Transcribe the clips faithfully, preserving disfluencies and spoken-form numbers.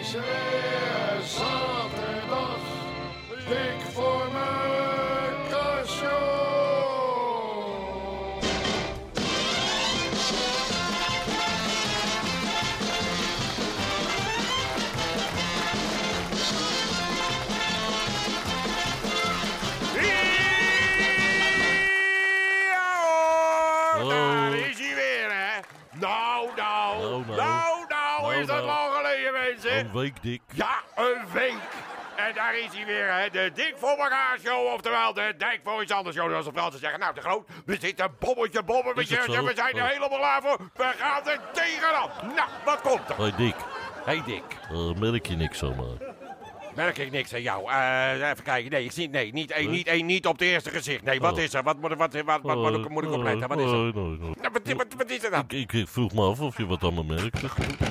is er weer zaterdag. Dik voor mekaar show. Daar is hij weer, hè? Nou, nou, Nou, nou. nou, nou, Nou, is dat nou. lang geleden, mensen? Een week dik. Ja, een week. En daar is hij weer, hè? De Dik voor elkaar show, oftewel de Dijk voor iets anders show, zoals de Fransen zeggen. Nou, de Groot, we zitten bobbeltje, bobbeltje, Is het zo? we zijn er Oh. helemaal klaar voor. We gaan er tegenaan. Nou, wat komt er? Hoi Dick, Hey, Dick. uh, merk je niks zomaar? Merk ik niks aan jou? Eh, even kijken. Nee, ik zie nee, niet één, niet één, niet op het eerste gezicht. Nee, wat Oh. is er? Wat moet, wat, wat, wat, wat moet ik, moet ik opletten? Wat is er? Nee, nee, nee. Nou, wat, wat, wat is er dan? Ik, ik vroeg me af of je wat aan me merkte.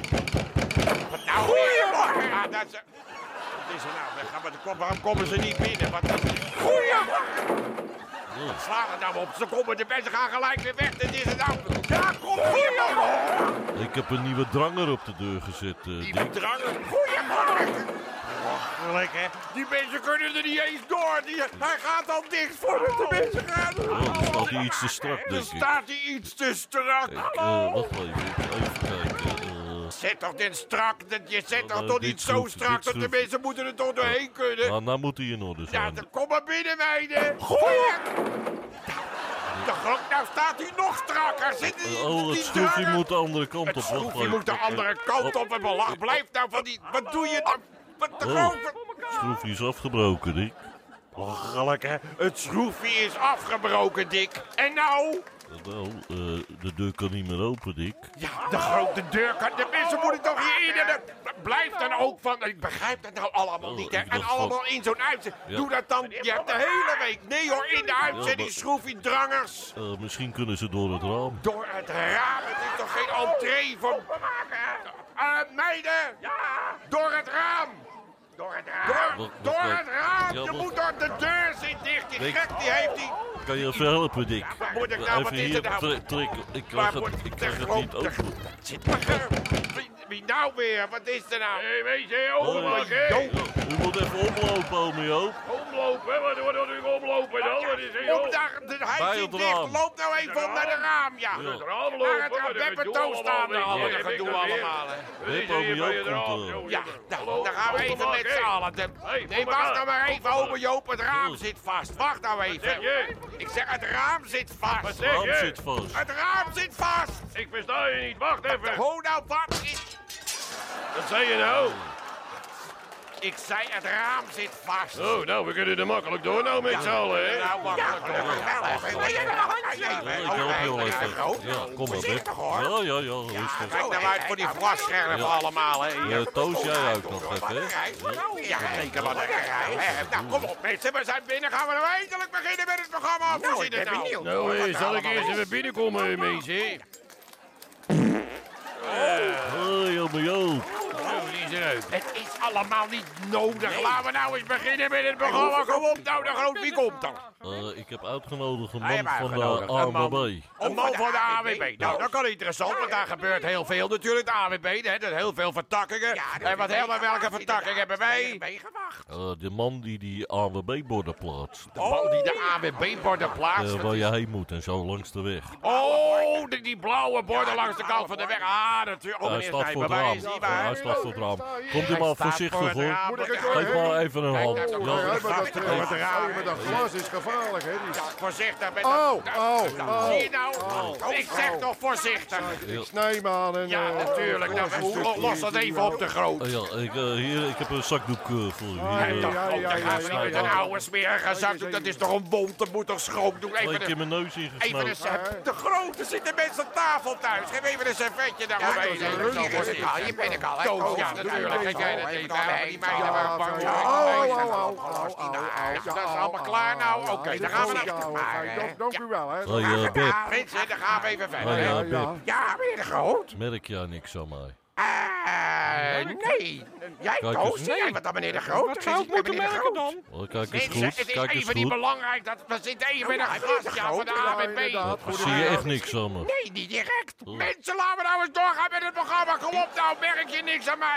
Nou, goeiemorgen. Ja, dat is, wat is er nou? We gaan met de kop, waarom komen ze niet binnen? Wat, goeiemorgen. Wat slaat het nou op? Ze komen, de mensen gaan gelijk weer weg. Dit is het nou. Ja, kom, goeiemorgen. Ik heb een nieuwe dranger op de deur gezet, uh, Die Dick. bedrangen. Goeiemorgen. Wachtelijk, hè. Die mensen kunnen er niet eens door. Die, hij gaat al dicht voordat de mensen gaan. Oh, dan staat hij iets te strak, Dan denk ik. staat hij iets te strak. Ik, uh, wacht even, even kijken. Uh, Zet toch dit strak, dat- je zet Oh, toch nou, toch dit niet zo schroef- strak dit dat de schroef. mensen moeten er toch doorheen kunnen. nou, nou moet hij in orde Ja, zijn. dan kom maar binnen, meiden. Goeie. De grond, nou staat hij nog strakker. Zit die, Oh, het die schroefje dranger- moet de andere kant op. Het Wacht schroefje even. moet de andere kant Oh, op en belach. Blijf nou van die... Wat doe je nou? Wat de Oh. grond... Het schroefje is afgebroken, Dick. Lachelijk, hè? Het schroefje is afgebroken, Dick. En nou? Nou, uh, de deur kan niet meer open, Dick. Ja, de grote deur kan... De mensen moeten toch hierin en er blijft dan ook van... Ik begrijp dat nou allemaal Oh, niet, hè? ik En dacht van- allemaal in zo'n uitzending. Ja. Doe dat dan... Je hebt de hele week... Nee hoor, in de uitzending maar- schroefje drangers. Uh, misschien kunnen ze door het raam. Door het raam. Het is toch geen entree voor... Eh, meiden! Ja! Door het raam! Door het raam! Door, Wat- door wat- het raam! Ja, Je wat- moet door de deur zitten dicht. Die Dick. gek die heeft die... Kan je even helpen, Dick? Waar moet ik nou? Wat Even is hier, het nou? trek, trek. Ik Waar krijg het, moet ik de krijg het grond- niet de- open. Zit maar. Wie, wie nou weer? Wat is er nou? Hé, weet je, Oh, omloop, hè? Jo, U moet even omlopen, ome Joop. Omlopen, hè? Wat, wat, wat doe ik omlopen dan? Wat is er, op joh? daar, de, hij Bij zit het dicht. raam. Loop nou even op naar de raam, ja. Ja. Het raam Naar lopen, het wat raam. een Beppe gedoe Toon staan er allemaal, al. weet Wat je. een Heb ik gedoe dat weer? allemaal, hè. Wat is Beppe, er hier ome bij Joop het raam? komt er. Zo, Ja, hier. nou, Hallo, dan gaan we open even met maken, z'n hè? allen. De- Hey, Nee, kom wacht maar nou maar aan. even, Kom ome Joop. Het raam Oh. zit vast. Wacht nou Wat zeg even. je? Ik zeg, het raam zit vast. Wat Het zeg raam je? zit vast. Het raam zit vast. Ik versta je niet, wacht even. Ho nou, wat? Ik, Wat zei je nou? ik zei, het raam zit vast. Oh, nou, we kunnen er makkelijk door nou met z'n allen, hè? Nou, makkelijk door. Wel even. Nee, nee, nee, Ja, nee, ik help je wel nee, even. groot. Ja, kom maar, Bep. Voorzichtig, hoor. Ja, ja, ja, rustig. Kijk nou uit voor die vlasscherven allemaal, hè. Ja, Toos, jij uit nog even, hè? Ja, zeker wat een rij. Nou, kom op, mensen, we zijn binnen. Gaan we nou eindelijk beginnen met het programma? Hoe zit het nou? Nou, eh, zal ik eerst even binnenkomen, mensen? Hoi, ome Joop. Zo, die is eruit. Het is allemaal niet nodig. Laten we nou eens beginnen met het programma. Kom op, nou, de groot. Wie komt er? Uh, ik heb uitgenodigd een Hij man heeft van de uitgenodigd. Een man. A N W B. Een man van de A W B. Nou, dat kan interessant, want daar gebeurt heel veel natuurlijk. De A W B, hè, er zijn heel veel vertakkingen. En wat helemaal welke vertakking hebben wij? Uh, de man die die A N W B-borden plaatst. De man die de A W B-borden plaatst. Uh, waar je heen moet en zo langs de weg. Oh, die, die blauwe borden langs de kant van de weg. Ah, natuurlijk. Oh, Hij meneer staat voor het Snijper, raam. waar is die Ja, hij bij? staat voor het raam. Komt u Hij maar staat voor voorzichtig het hoor. raam. Moet ik het Geef maar even een hand. Kijk, Ja, nou, maar dat, gaat dat, door het raam. met dat glas is gevaarlijk, hè? Die... Ja, voorzichtig met Oh, dat... oh, Nou, oh. Zie je nou? Ik zeg toch voorzichtig. Ik snij me aan en... Ja, eh, natuurlijk. Nou, glas een lo- stukje los dat hier, even op de groot. Uh, ja, ik, uh, hier, ik heb een zakdoek uh, voor u. Ah, Hier, uh, ja, ja, ja, Dan gaan we ja, niet met ja, een ja. oude smerige zakdoek. Dat is toch een wond, dat moet toch schoon doen. twee Even keer een, mijn neus even ingesnoten. een servet. De grote zitten mensen aan tafel thuis. Geef even een servetje daar omheen. dat is een rugje. Hier ben ik al. Toos, ja, natuurlijk. Kijk jij dat even. Helpen die meiden Ja, waar bang ja, voor. oh, Nee, oh, zeg, oh, oh, oh, los die oh, nou oh, uit. ja, Dat is oh, allemaal oh, klaar oh, nou. ja, Oké, ja, dan gaan we ja, naar... ja, Maar, ja, hè. dank- Dank u wel, hè. Hoi, uh, Bep. Mensen, dan gaan we even verder. Hoi, hè. uh, Ja, Bep. ja. Ja, meneer de Groot. Merk jij niks aan mij? Eh, nee. Jij, Kijk Toos? eens. Jij bent dan meneer de Groot? Wat zou ik moeten merken dan? Oh, kijk eens Mensen, goed. het is Kijk eens even niet goed. belangrijk. Dat, we zitten even met een gastja van de A W B. inderdaad. Ik zie je echt niks aan me. Nee, niet direct. Oh. Mensen, laten we nou eens doorgaan met het programma. Kom op nou, merk je niks aan mij.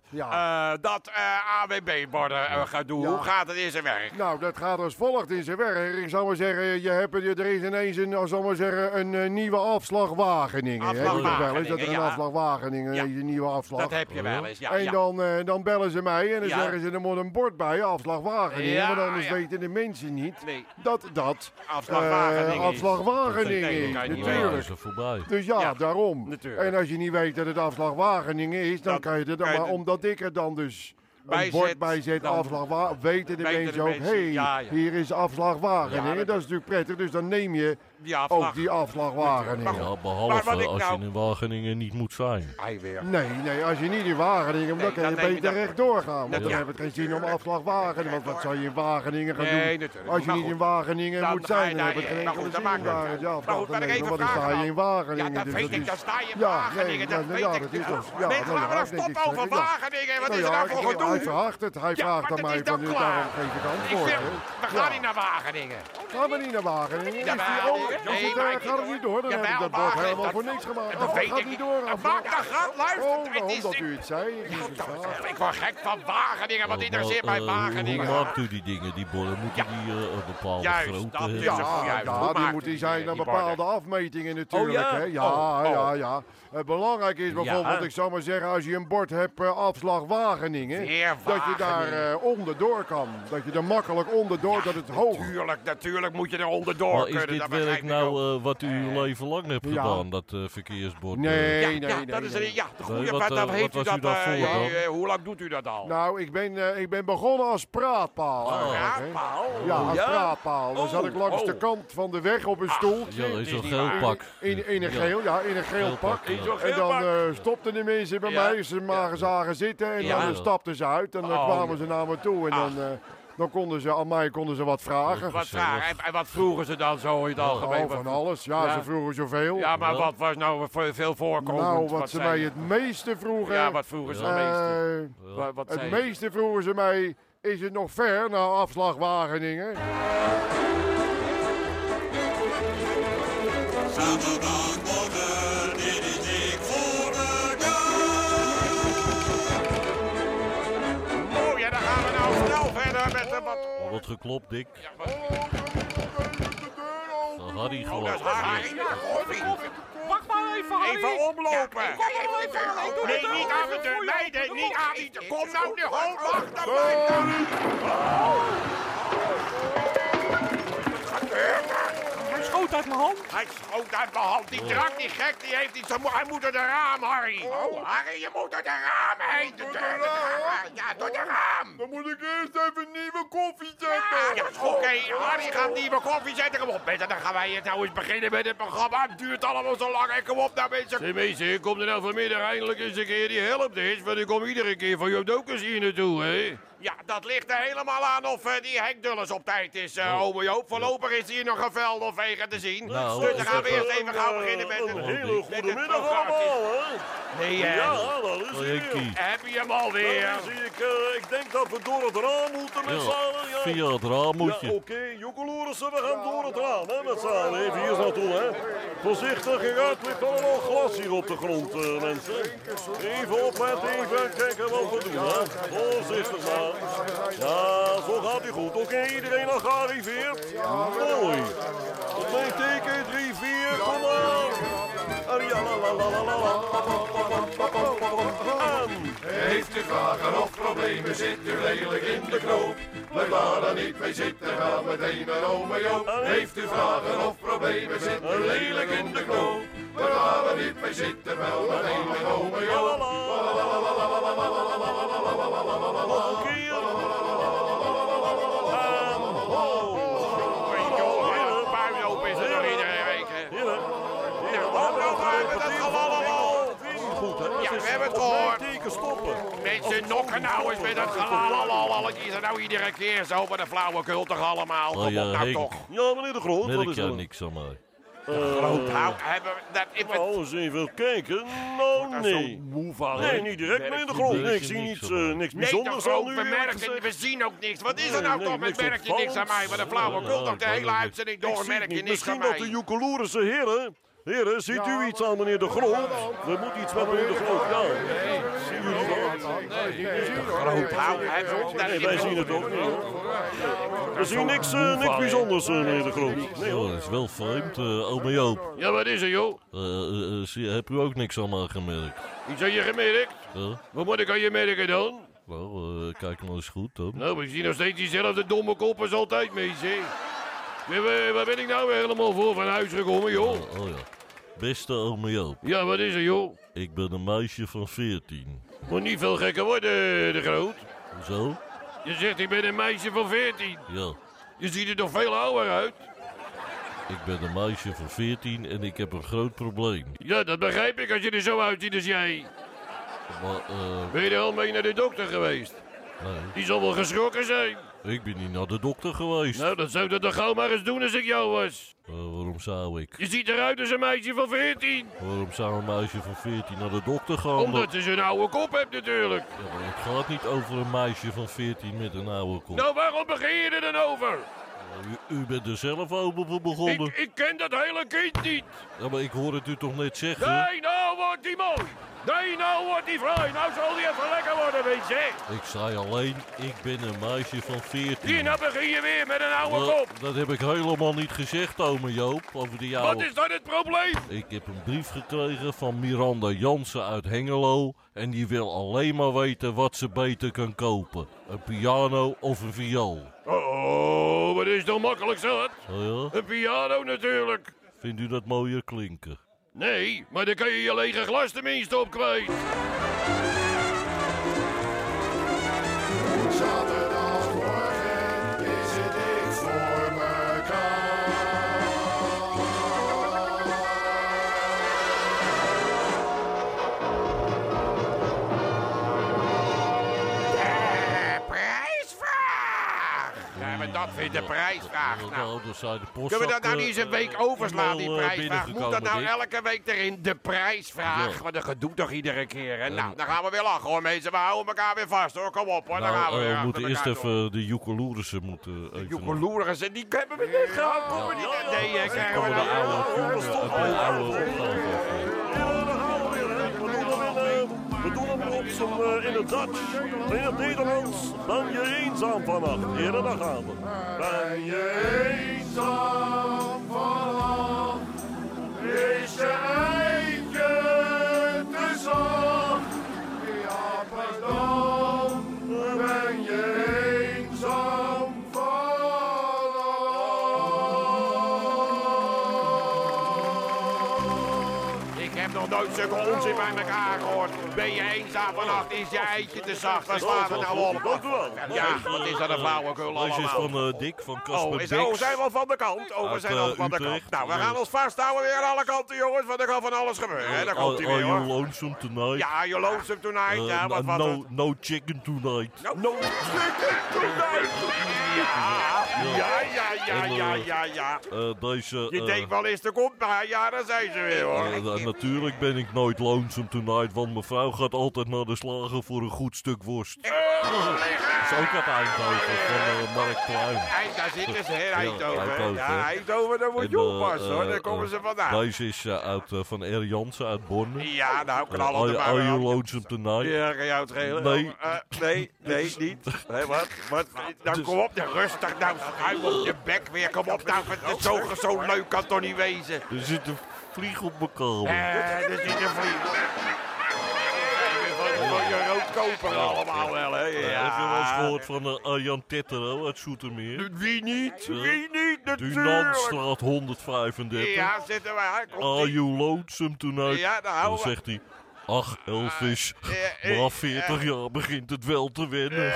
Ja. Uh, dat uh, A W B-borden uh, gaat doen. Ja. Hoe gaat het in zijn werk? Nou, dat gaat als volgt in zijn werk. Ik zou maar zeggen, je hebt, er is ineens een, zal maar zeggen, een uh, nieuwe afslag Wageningen. Afslag Heb je dat wel eens? Dat er een ja. afslag Wageningen, Ja. een nieuwe afslag. Dat heb je wel eens, ja. En ja. dan, uh, dan bellen ze mij en dan Ja. zeggen ze, er moet een bord bij, afslag Wageningen. Ja, maar anders ja. weten de mensen niet Nee. dat dat Afslag uh, Wageningen is. afslag Wageningen Nee, is. dat kan je niet Ja, Natuurlijk. is er voorbij. Dus ja, Ja, daarom. natuurlijk. En als je niet weet dat het afslag Wageningen is, dan Dan kan je er dan kan je maar, er- omdat ik er dan dus een Bij bord zet, bij zet, dan afslag Wageningen, weten de weten de mensen ook, mensen, hé, hey, ja, ja. hier is afslag Wageningen. Ja, dat, dat- is natuurlijk prettig, dus dan neem je Die afslag. ook die afslag Wageningen. Maar Ja, Maar behalve wat ik als nou- je in Wageningen niet moet zijn. Hij weer. Nee, nee, als je niet in Wageningen, dan Nee, kan je dan neem je beter dat- rechtdoor gaan. Want dat- dan ja. heeft het geen zin om afslag Wageningen. Want wat zou je in Wageningen gaan Nee, doen? natuurlijk. Als je Maar niet goed, in Wageningen dan moet ga je zijn, dan daar- heeft het geen maar enkele goed, dat zin maakt om niet daar uit. het afslag Maar goed, te kan ik nemen. even Want dan sta vragen je dan? in Wageningen. Ja, dat dus weet ik. is- Dan sta je in Ja, Wageningen. nee, Dat ja, weet ja, ik. dat is toch- Ja, ja, nee, nou gaan we ja, dan denk ik stoppen over zeggen, ja. Wageningen? Wat Nou is er ja, nou ik- voor hij gedoe? vraagt het. Hij Ja, vraagt maar aan dat mij is van dan nu, klaar. daarom geef ik Ik antwoord. wil, hè. we gaan Ja. niet naar Wageningen. Gaan we niet naar Wageningen? Ja, Is die maar- oh, nee, Jos, het, maar eh, ik- gaat het niet door? Dan heb ik Jawel, dat bord Wageningen, helemaal dat- voor niks gemaakt. Dat Oh, weet gaat ik niet niet. door. Dat afslag. maakt dan gaat, luister. Oh, Het waarom is dat niet- u het zei? Ik moet het vragen. Ik word gek van Wageningen. Wat interesseert mij Maar, eh, hoe- Wageningen? Hoe maakt u die dingen, die borden? Moeten Ja. die uh, een bepaalde Juist, grootte dat hebben? is het. Ja, juist. ja, Hoe die maakt moet u die die, zijn eh, naar die bepaalde borden? afmetingen natuurlijk. Oh, ja? Hè? Ja, Oh, oh. ja, ja. Het belangrijk is bijvoorbeeld, ik zou maar zeggen, als je een bord hebt, uh, afslag Wageningen, Weer dat je daar Wageningen. uh, onderdoor kan. Dat je er makkelijk onderdoor, dat het hoog... Tuurlijk, natuurlijk moet je er onderdoor Maar is kunnen. dit dat werk begrijp ik ook. nou uh, wat u uw leven lang hebt Ja. gedaan, dat uh, verkeersbord? uh? Nee, Ja, nee, ja, nee. dat is nee. een, ja, de goede. Nee, wat, wat, eh, dan wat heeft u was u dat, daarvoor eh, dan? eh, hoe lang doet u dat al? Nou, ik ben, uh, ik ben begonnen als praatpaal. Oh. eigenlijk, hè. Praatpaal? Ja, als Ja? praatpaal. Dan Oh, zat ik langs oh. de kant van de weg op een stoeltje. Ja, is is een niet geel waar. pak. In, in een Ja. geel, ja, in een geel Geel pak. pak, ja. Zo'n En geel dan pak. eh, stopten de mensen bij Ja. mij, ze magen zagen zitten en Ja. dan eh, stapten ze uit. En dan Oh, kwamen ja. ze naar me toe en dan, eh, dan konden ze aan mij konden ze wat vragen. Wat Gezellig. vragen? En, en wat vroegen ze dan zo in het algemeen? Oh, van alles. Ja, Ja. ze vroegen zoveel. Ja, maar Ja. wat was nou ve- veel voorkomend? nou, wat ze zei mij je? het meeste vroegen, Ja, wat vroegen ze Ja. het meeste? eh, Wat, wat zei het je? meeste vroegen ze mij, is het nog ver naar afslag Wageningen? Zaterdagmorgen, dit is dik voor elkaar. Oh ja, dan gaan we nou snel verder met de... Wat... Er wordt geklopt, Dick. Ja, wat... Dan had hij Oh, dat is gewoon. Harry. Koffie. Wacht maar even, Harry. Even omlopen. Ik kom er wel even aan. Ik doe Nee, het wel niet even aan de deur. voor jou. Meiden, niet Kom. aan die deur. Kom nou nu, gewoon wacht. Dan blijf dan. Wat gebeurt er? Hij schoot uit mijn hand. Hij schoot uit mijn hand. Die drank, die gek, die heeft iets. Hij moet- Hij moet door de raam, Harry. Oh, Harry, je moet door de raam heen. De deur, de raam. Ja, door de raam. Dan moet ik eerst even nieuwe koffie zetten. Ja, oké. Harry gaat nieuwe koffie zetten. Kom op, mensen. Dan gaan wij het nou eens beginnen met het programma. Het duurt allemaal zo lang. En kom op nou, mensen. Zeg mensen, kom er nou vanmiddag eindelijk eens een keer die helpt eens. Want ik kom iedere keer van jou ook eens hier naartoe, hè? Ja, dat ligt er helemaal aan of eh, die Henk Dulles op tijd is, uh, ome Joop. Voorlopig is hier nog een veld of vegen te zien. Nou, dus dan gaan we zeg, eerst even gauw beginnen met Een het... hele met goede het middag programma. allemaal, hè? Nee, eh, Ja, dat is Oh, hij weer. Henkie. heb je hem alweer? Dan zie ik, eh, ik denk dat we door het raam moeten met Ja, z'n allen. Ja, via het raam moet ja je. oké. Joekeloerissen, we gaan door het raam, hè, met z'n allen. Even hier naartoe, hè. Voorzichtig, eruit ligt allemaal glas hier op de grond, eh, mensen. Even opletten, even kijken wat we doen, hè. Voorzichtig maar. Ja, zo gaat hij goed. Oké, iedereen al gearriveerd? Mooi. Op mijn teken, drie, vier, kom maar. En ja, la, la, la, la, la, la. En... Heeft u vragen of problemen, zit u lelijk in de knoop? Blijf daar dan niet mee zitten, ga meteen naar ome Joop. Heeft u vragen of problemen, zit u lelijk in de knoop? Blijf daar dan niet mee zitten, wel meteen naar ome Joop. Puinhoop is er nog iedere week, hè. Ja, oh, nou gaan we dat allemaal. Goed, hè? Ja, Dus we hebben het op mijn gehoord. teken stoppen. Mensen, nokken nou eens met dat gelalal. Is er nou iedere keer zo bij de flauwekul toch allemaal? Kom Oh, op ja, nou Henk. toch. Ja, meneer de Groot, wat Merk is jij er? niks aan mij? Nou, hebben we dat... Ik ben Nou, eens even kijken. Nou, daar zo nee. moe van. Nee, niet direct, meneer de Groot. Merk Nee, je ik zie niks niets, aan eh, mij? niks Nee, toch bijzonders al ook, nu, we eerlijk merken, gezegd. we zien ook niks. Wat is er Nee, nou nee, toch met niks merk je niks aan mij? Wat een flauwekul, Ja, toch de ik hele weet het uitzending Ik door zie merk het je niet. niks aan Misschien dat mij. de Joekeloerische heren... Heren, ziet u iets aan meneer de Groot? We moeten iets met meneer de Groot. Ja. Zien jullie dat? niet te zien, hoor. Groot hout, hè, zo. Nee, wij zien het ook niet, hoor. We zien niks, uh, niks bijzonders, uh, meneer De Groot. Nee, Oh, hoor. dat is wel vreemd, uh, ome Joop. Ja, wat is er, joh? Uh, uh, uh, zie- heb u ook niks aan mij gemerkt? Iets aan je gemerkt? Ja? Wat moet ik aan je merken dan? Nou, uh, kijk maar eens goed dan. Nou, ik zie nog steeds diezelfde domme kop als altijd, meisje. Ja, waar, waar ben ik nou weer helemaal voor van huis gekomen, joh? Oh, oh ja. Beste ome Joop, Ja, wat is er, joh? ik ben een meisje van veertien. Moet niet veel gekker worden, De Groot. Hoezo? Je zegt, ik ben een meisje van veertien. Ja, Je ziet er toch veel ouder uit? ik ben een meisje van veertien en ik heb een groot probleem. Ja, dat begrijp ik als je er zo uitziet als jij. Maar, uh, Ben je er al mee naar de dokter geweest? nee, Die zal wel geschrokken zijn. ik ben niet naar de dokter geweest. Nou, dat zou ik toch gauw maar eens doen als ik jou was. Uh, waarom zou ik? Je ziet eruit als een meisje van veertien. Waarom zou een meisje van veertien naar de dokter gaan? Omdat ze zo'n oude kop hebt natuurlijk. Ja, maar het gaat niet over een meisje van veertien met een oude kop. Nou, waarom begin je er dan over? U, u bent er zelf over begonnen. Ik, ik ken dat hele kind niet. Ja, maar ik hoor het u toch net zeggen? Nee, nou wordt die mooi. Nee, nou wordt die fraai. Nou zal die even lekker worden, weet je. Ik zei alleen, ik ben een meisje van veertien. Hier, nou begin je weer met een oude Dat, kop. dat heb ik helemaal niet gezegd, ome Joop, over die oude... Wat is dan het probleem? Ik heb een brief gekregen van Miranda Jansen uit Hengelo. En die wil alleen maar weten wat ze beter kan kopen. Een piano of een viool. Oh, wat is toch makkelijk zat? Oh ja? Een piano natuurlijk. Vindt u dat mooier klinken? Nee, maar dan kan je je lege glas tenminste op kwijt. Zaterdagmorgen is het dik voor mekaar. De prijsvraag! Ja, maar dat vindt de prijsvraag. Nou, Nou, dat zei de post. kunnen we dat nou niet eens een week overslaan, die eh, prijsvraag? Moet dat nou elke week erin, de prijsvraag? Ja. Want dat gedoe toch iedere keer, hè? Nou, dan gaan we weer lachen, hoor, mensen. We houden elkaar weer vast, hoor. Kom op, hoor. Dan gaan Nou, we eh, weer we moeten achter eerst elkaar door. even de joekeloerissen moeten even... Joekeloerigers, en die hebben we net gehad. Kom maar niet. Nee, hè, krijgen we Komen de nou. oude tune uit de oude opgave. Ja, daar gaan we weer, hè. We doen hem in, eh, we doen hem op zijn, eh, in het Dutch. In het Nederlands ben je eenzaam vannacht. Heren, daar gaan we. Ben je eenzaam vannacht? Is je eindje te zacht? Ja, pas dan ben je eenzaam vannacht. Ik heb nog nooit zulke onzin bij elkaar gehoord. Ben je eenzaam vannacht, is je eitje te zacht. Waar slaat het nou op? Dank u wel. Ja, wat is dat een flauwekul Deze is allemaal. van eh, Dick, van Casper Oh, is, Dix. oh, zijn we al van de kant? Oh, we Uit, zijn al eh, van de kant. Utrecht. Nou, we gaan ons vasthouden weer aan alle kanten, jongens, want er kan van alles gebeuren. Hè? Daar Are, komt hij are weer, you hoor. lonesome tonight? Ja, je lonesome tonight. Eh, Ja, wat was no, het? no chicken tonight. No, no chicken tonight. Ja, ja, ja, ja, En, ja, eh, ja, ja. Eh, deze... Je eh, denkt wel eens, er komt maar. Ja, daar zijn ze weer, hoor. eh, eh, natuurlijk ben ik nooit lonesome tonight, want mijn vrouw gaat altijd naar de slager voor een goed stuk worst. Eh, Dat is ook uit Eindhoven, van uh, Mark Pluim. Eind, daar zitten ze, hè, Ja, Eindhoven. Eindhoven, Ja, hè. Eindhoven, daar moet je En, eh, oppassen, hoor. eh, Daar komen eh, ze vandaan. Deze is eh, uit, eh, van R. Jansen uit Borne. Ja, nou, Eh, knallen are, er maar are weer you aan. lonesome tonight? Ja, kan jou het schelen? Nee. Eh, nee, nee, niet. Hé, wat? Wat? Nou, Dus- kom op, nou, rustig. Nou, schuim op je bek weer. Kom op, nou, het is zo, zo leuk kan het toch niet wezen? Er zit een vlieg op mijn kamer. Eh, er zit een vlieg. Van, van je roodkoper allemaal wel, hè? Eh, heb je wel eens Ja. gehoord van uh, Arjan Tettero uit Zoetermeer? Wie niet? Ja. Wie niet? Natuurlijk. Dunantstraat honderdvijfendertig. Ja, zitten we. Hè? Komt Are ie. you lonesome tonight? Ja, daar Dan houden we. zegt hij, ach Elvis, eh, eh, na veertig jaar begint het wel te wennen.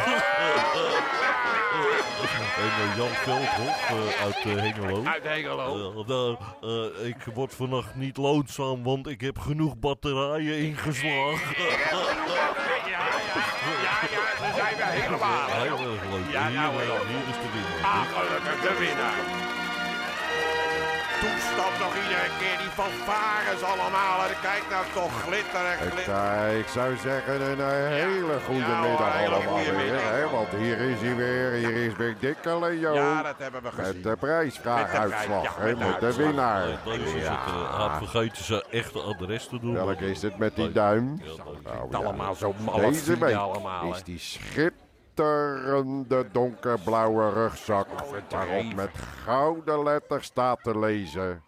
En uh, Jan Veldhof uh, uit uh, Hengelo. Uit Hengelo. Uh, daar, uh, ik word vannacht niet loonzaam, want ik heb genoeg batterijen ingeslagen. Ja, ja, ja, ja, ze zijn weer helemaal. hè, Heel joh. erg leuk. Ja, hier, nou, uh, joh. hier is de winnaar. Ah, gelukkig, de winnaar. toestand nog iedere keer. Die fanfares allemaal. En kijk nou toch, glitter en Ik, glitter. eh, ik zou zeggen een eh, hele goede Ja, hoor, middag een hele allemaal goede weer. middag. Hè? Want hier is hij weer. Hier is Big Dikke Leo. Ja, dat hebben we gezien. Met de prijsvraaguitslag. Met de prijs, ja, hè, met de met de uitslag. winnaar. Nee, deze is het. eh, hij had vergeten zijn echte adres te doen. Welke is het met die duim? Ja, dat- Nou, ja. Allemaal zo Deze malafide week allemaal. is die schitterende donkerblauwe rugzak waarop met gouden letters staat te lezen.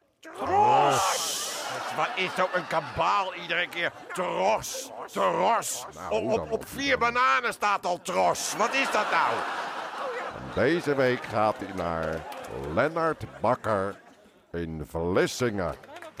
Wat is ook een kabaal iedere keer? Tros, tros. Nou, Op, op, op vier bananen staat al tros. Wat is dat nou? Deze week gaat hij naar Lennart Bakker in Vlissingen.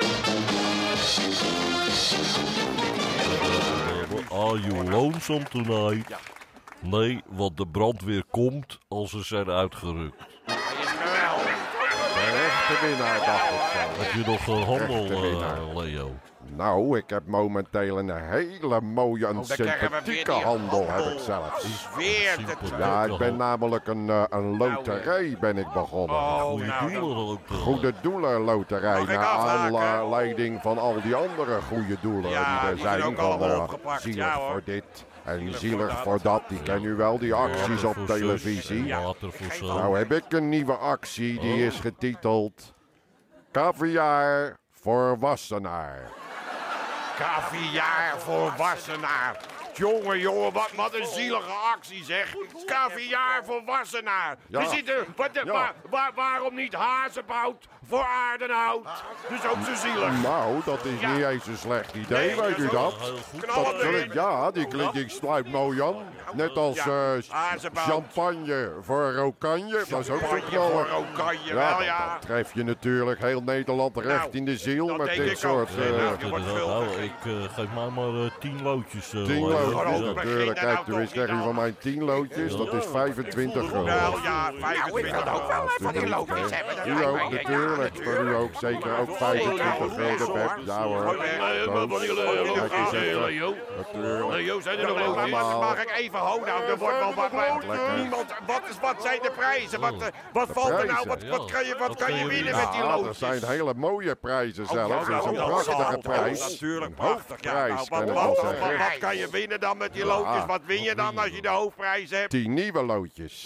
Are you lonesome tonight? Nee, want de brandweer komt als ze zijn uitgerukt. Hij is geweldig. De echte winnaar, dacht ik zo. Heb je nog eh, handel, Echte winnaar. eh, Leo? Nou, ik heb momenteel een hele mooie en Oh, daar krijgen we weer sympathieke die handel, handel. heb ik zelfs. Weer de Simpel. Ja, ik ben namelijk een, eh, een loterij ben ik begonnen. Oh, Goeie nou, doelen dan- ook. eh. Goede doelen loterij, Mag ik naar afhaken? aanleiding van al die andere goede doelen Ja, die er die zijn zijn. ook Van allemaal eh, opgepakt, zielig ja, hoor. voor dit en Zielig zielig voor voor dat. dat. Die ken u wel, die acties Water op voor zus televisie. en Water voor zo. Nou heb ik een nieuwe actie, die Oh. is getiteld Caviar voor Wassenaar. Caviar voor Wassenaar. Jongen, jongen, wat, wat een zielige actie zeg. Caviar voor Wassenaar. Ja. We zitten, wat, Ja. waar- waar- waarom niet hazenbout voor aardenhout? Dus ook zo zielig. Nou, dat is Ja. niet eens een slecht idee, Nee, weet u dat is dat? Heel goed. Knallen Dat klinkt, erin. ja, die klinkt, die sluit mooi aan. Net als Ja, eh, hazenbout. champagne voor rokanje. Dat is ook zo Champagne voor knallig. Rokanje, Ja, wel dan, ja. dan tref je natuurlijk heel Nederland recht Nou, in de ziel dat met denk dit ik soort... ook. eh, Nee, nou, Ja, je wordt inderdaad. veel Nou, gegeten. ik eh, geef mij maar eh, tien loodjes. eh, tien Leo. loodjes, Waarom? Ja. Begin natuurlijk. er Kijk, nou toen toch is zeg niet u van aan. mijn tien loodjes, dat is vijfentwintig gulden. Wel ja, vijfentwintig ook wel Ja, van die alsjeblieft, loodjes hè. hebben. Dat U lijkt ook, mij, ja, natuurlijk. Voor u ook, zeker ook vijfentwintig gulden, Pep. Ja hoor. Gooi weg. Nee, maar wat die Kijk eens Leo? even. Leo? Natuurlijk. Leo, zijn er nog Mag, loodjes? mag, mag ik even houden? Nou, er wordt wel wat, wat, Lekker. niemand, wat, is, wat zijn de prijzen? Wat, eh, wat valt er nou? Wat, prijzen? wat kan je, wat Wat kan kan je je winnen winnen? met die Ja, loodjes? dat zijn hele mooie prijzen zelfs. Dat is een dat prachtige zal. prijs. Natuurlijk Een prachtig. Ja, hoofdprijs, nou, kan wat, ik wat, wel wat, zeggen. wat kan je winnen dan met die loodjes? Wat win je dan als je de hoofdprijs hebt? tien nieuwe loodjes.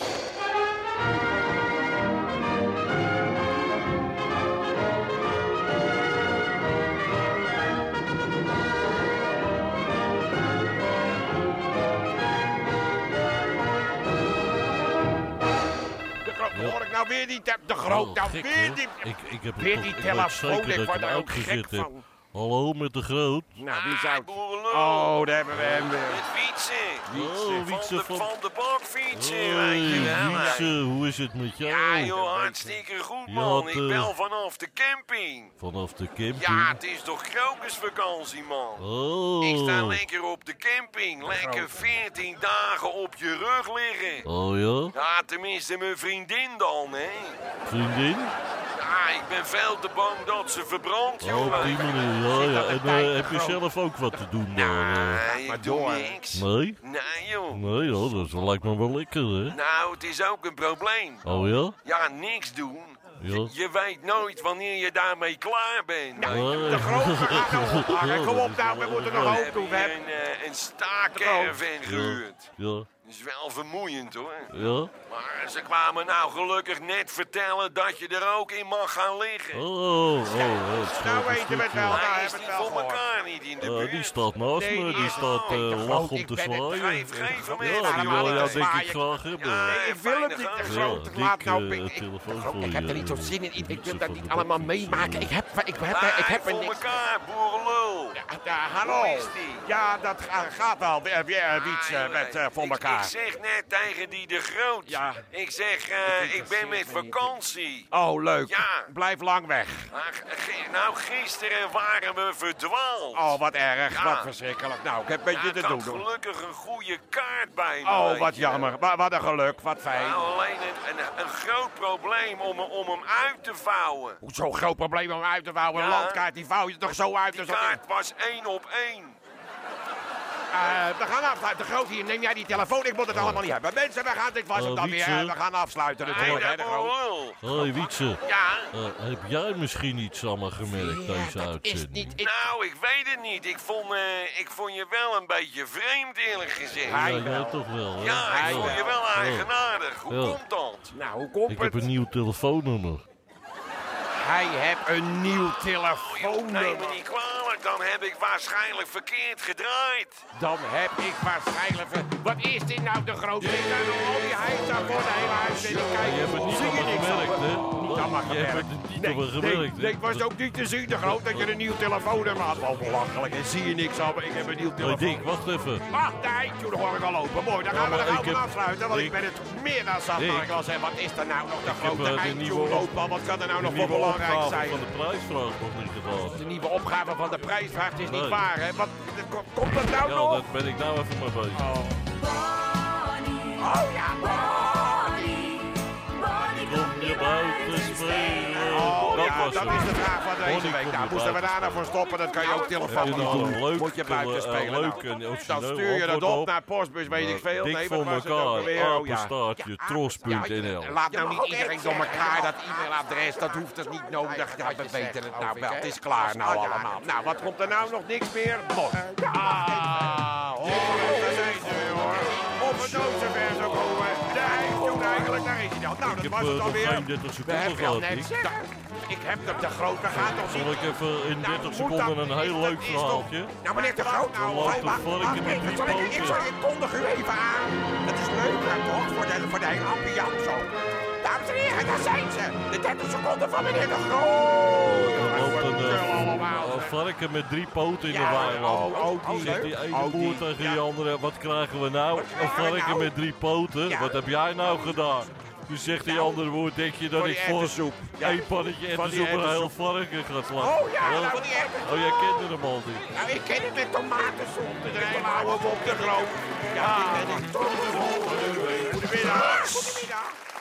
De groot, hoor ik nou weer die te- de groot, Oh, nou gek, weer hoor. die... Ik, ik heb weer het die toch- ik weet telefoon, zeker ik dat word ik hem er ook uitgezet gek heb. van. Hallo, met de groot. Nou, die zou... Boerenlul. Oh, daar hebben we hem weer. Met fietsen. Oh, Wietse Van de, van... van de bak fietsen, weet je Hoi, wel. hè. Wietse, hoe is het met jou? Ja joh, hartstikke goed Je man. had, Ik eh, bel vanaf de camping. Vanaf de camping? Ja, het is toch krokusvakantie man. Oh. Ik sta lekker op de camping. Lekker veertien dagen op je rug liggen. Oh ja? Ja, tenminste mijn vriendin dan, hè. Vriendin? Ja, ik ben veel te bang dat ze verbrandt, Oh, joh. op die manier, ja, ja. En eh, heb je zelf ook wat te doen daar? eh? Nee, ik doe niks. Nee? Nee, joh. Nee, ja, dat lijkt me wel lekker, hè? Nou, het is ook een probleem. Oh ja? Ja, niks doen. Ja. Je weet nooit wanneer je daarmee klaar bent. Oh, De grote gaat nou ophangen. Kom op nou, we moeten nog We hoop hebben doen. We hier hebben... een, eh, een staakerven gehuurd. Ja, Dat is wel vermoeiend hoor. ja. Maar ze kwamen nou gelukkig net vertellen dat je er ook in mag gaan liggen. Oh, oh, oh, het Nou scheelt een weten we het stukje. wel. Nou Hij hebben is we niet het wel voor gehoord. elkaar niet in de Ja, buurt. die staat naast Nee, me, die die is- staat ik uh, dacht, lach oh, om ik te ben het zwaaien. Geef, geef hem Ja, even. die wil jou denk ik zwaaien. graag hebben. Ja, Nee, ik wil het fijne niet te gozer. groot. Ja, Laat dik, nou... eh, ik- ik- telefoon Groot, voor ik heb je, er niet zo eh, zin in. Ik, ik wil Wietse dat van niet de allemaal Bakjes, meemaken. eh. Ik heb, ik heb, Blijf ik heb er voor niks... elkaar, boerenlul. Ja, hallo. Hoe is die? Ja, dat ga- gaat wel. Weer, weer Wiets eh, Ah, met eh, voor ik, elkaar. Ik zeg net tegen die de Groot. Ja. Ik zeg, eh, ik ben met vakantie. Oh, leuk. Ja. Blijf lang weg. Maar ge- nou, gisteren waren we verdwaald. Oh, wat erg. Ja. Wat verschrikkelijk. Nou, ik heb een beetje Ja, te ik doen. had hoor. gelukkig een goede kaart bij me. Oh, weet wat je. jammer. Wa- Wat een geluk. Wat fijn. Nou, alleen een, een, een groot probleem om, om hem uit te vouwen. Zo'n groot probleem om uit te vouwen. Een Ja. landkaart, die vouw je toch zo uit. Die als dat- kaart was één op één. Uh, we gaan afsluiten. De Groot hier, neem jij die telefoon? Ik moet het allemaal niet hebben. Mensen, we gaan, dit was Uh, hem dan Wietse? weer. We gaan afsluiten natuurlijk, hè, de Groot. Hoi Wietse, Ja? Uh, heb jij misschien iets aan me gemerkt deze Is uitzending? niet... Ik... Nou, ik weet het niet. Ik vond, eh, ik vond je wel een beetje vreemd, eerlijk gezegd. Ja, Hij jij wel. toch wel, hè? Ja, ik vond je wel eigenaardig. Hoe Ja. komt dat? Nou, hoe komt Ik het? heb een nieuw telefoonnummer. Hij heeft een nieuw Oh, neem me telefoonnummer. niet kwalijk, dan heb ik waarschijnlijk verkeerd gedraaid. Dan heb ik waarschijnlijk... ver- Wat is dit nou, de Groot? Ik kan nog al die heisa voor de hele uitzending Je kijken. hebt het niet Zie aan je me niks gemerkt, van? hè? Niet aan me Je hebt gemerkt. het niet Nee, aan me nee, gemerkt, nee, hè? het was ook niet te zien, de Groot, dat je een nieuw telefoonnummer had. Wel belachelijk, en zie je niks aan, ik heb een nieuw Hoi telefoon. Dick, wacht even. Ah, de eindtune hoor ik al lopen. Mooi, dan Ja, gaan we maar er gauw ik van heb- afsluiten, want ik Dick. ben het meer dan zat. Dick. Maar ik wil zeggen, wat is er nou nog de heb, grote eh, de eindtune nieuwe op- lopen? Wat kan er nou De nog voor nieuwe belangrijk opgave zijn? van de prijsvraag nog niet gedaan. De nieuwe opgave van de prijsvraag, het is niet Nee. waar, hè? Wat, ko- komt dat nou Ja, nog? daar ben ik nou even mee bezig. Oh ja, Bonnie! Kom je buiten spelen? Oh dat ja, was dat het. is de vraag van deze Bonnie, week. kom Nou, je moesten we buiten daar nou voor stoppen, dat kan je ook telefoon Heb je niet nou doen. een leuk, Moet je buiten eh, spelen. leuk nou. en Dan origineel stuur je dat antwoord op op. naar postbus, weet ik veel. Dik Nee, voor wat was het ook elkaar, alweer? Oh, ja. apenstaartje, tros punt n l. Laat nou niet iedereen door elkaar dat e-mailadres, dat hoeft dus niet nodig. Ja, we weten het nou wel, het is klaar nou allemaal. Nou, wat komt er nou nog? Niks meer? Mooi. Ah, oh, daar zijn ze weer hoor. Op het doodse zo komen. De eindtune eigenlijk, daar is hij dan. Nou, Ik dat heb was uh, het nog alweer. geen dertig We seconden hebben al gehad, net... Dick. Da- Ik heb hem te groot, we gaan toch Zal niet... ik even in Nou, dertig moet seconden dat- een heel is- leuk dat is toch- verhaaltje? Nou, meneer de Groot, nou... Dan loopt wacht, een varken wacht met even, drie zal ik- Ik poten. zal je kondig u even aan. Dat is leuk, hè, toch? Voor de, voor de hele ambiance zo. Dames en heren, daar zijn ze. De dertig seconden van meneer de Groot. Er loopt een, Kul uh, allemaal. een varken met drie poten in de Ja, weiland. oh, oh, die Zegt die leuk. ene Oh, boer die- tegen ja. die andere, wat krijgen we nou? Een krijgen we varken nou? met drie poten, Ja. wat heb jij nou gedaan? Dus zegt die Nou, andere boer, denk je dat voor ik die voor erwtensoep. Ja. één pannetje Van die erwtensoep een heel erwtensoep. varken ga slaan? Oh ja, Wel? nou, van die erwtensoep. Oh, jij kende hem al niet. Nou, ik ken het met tomatensoep. De hou hem op de Groot. Ja, die ken ik. Tot de volgende week. Goedemiddag. Goedemiddag.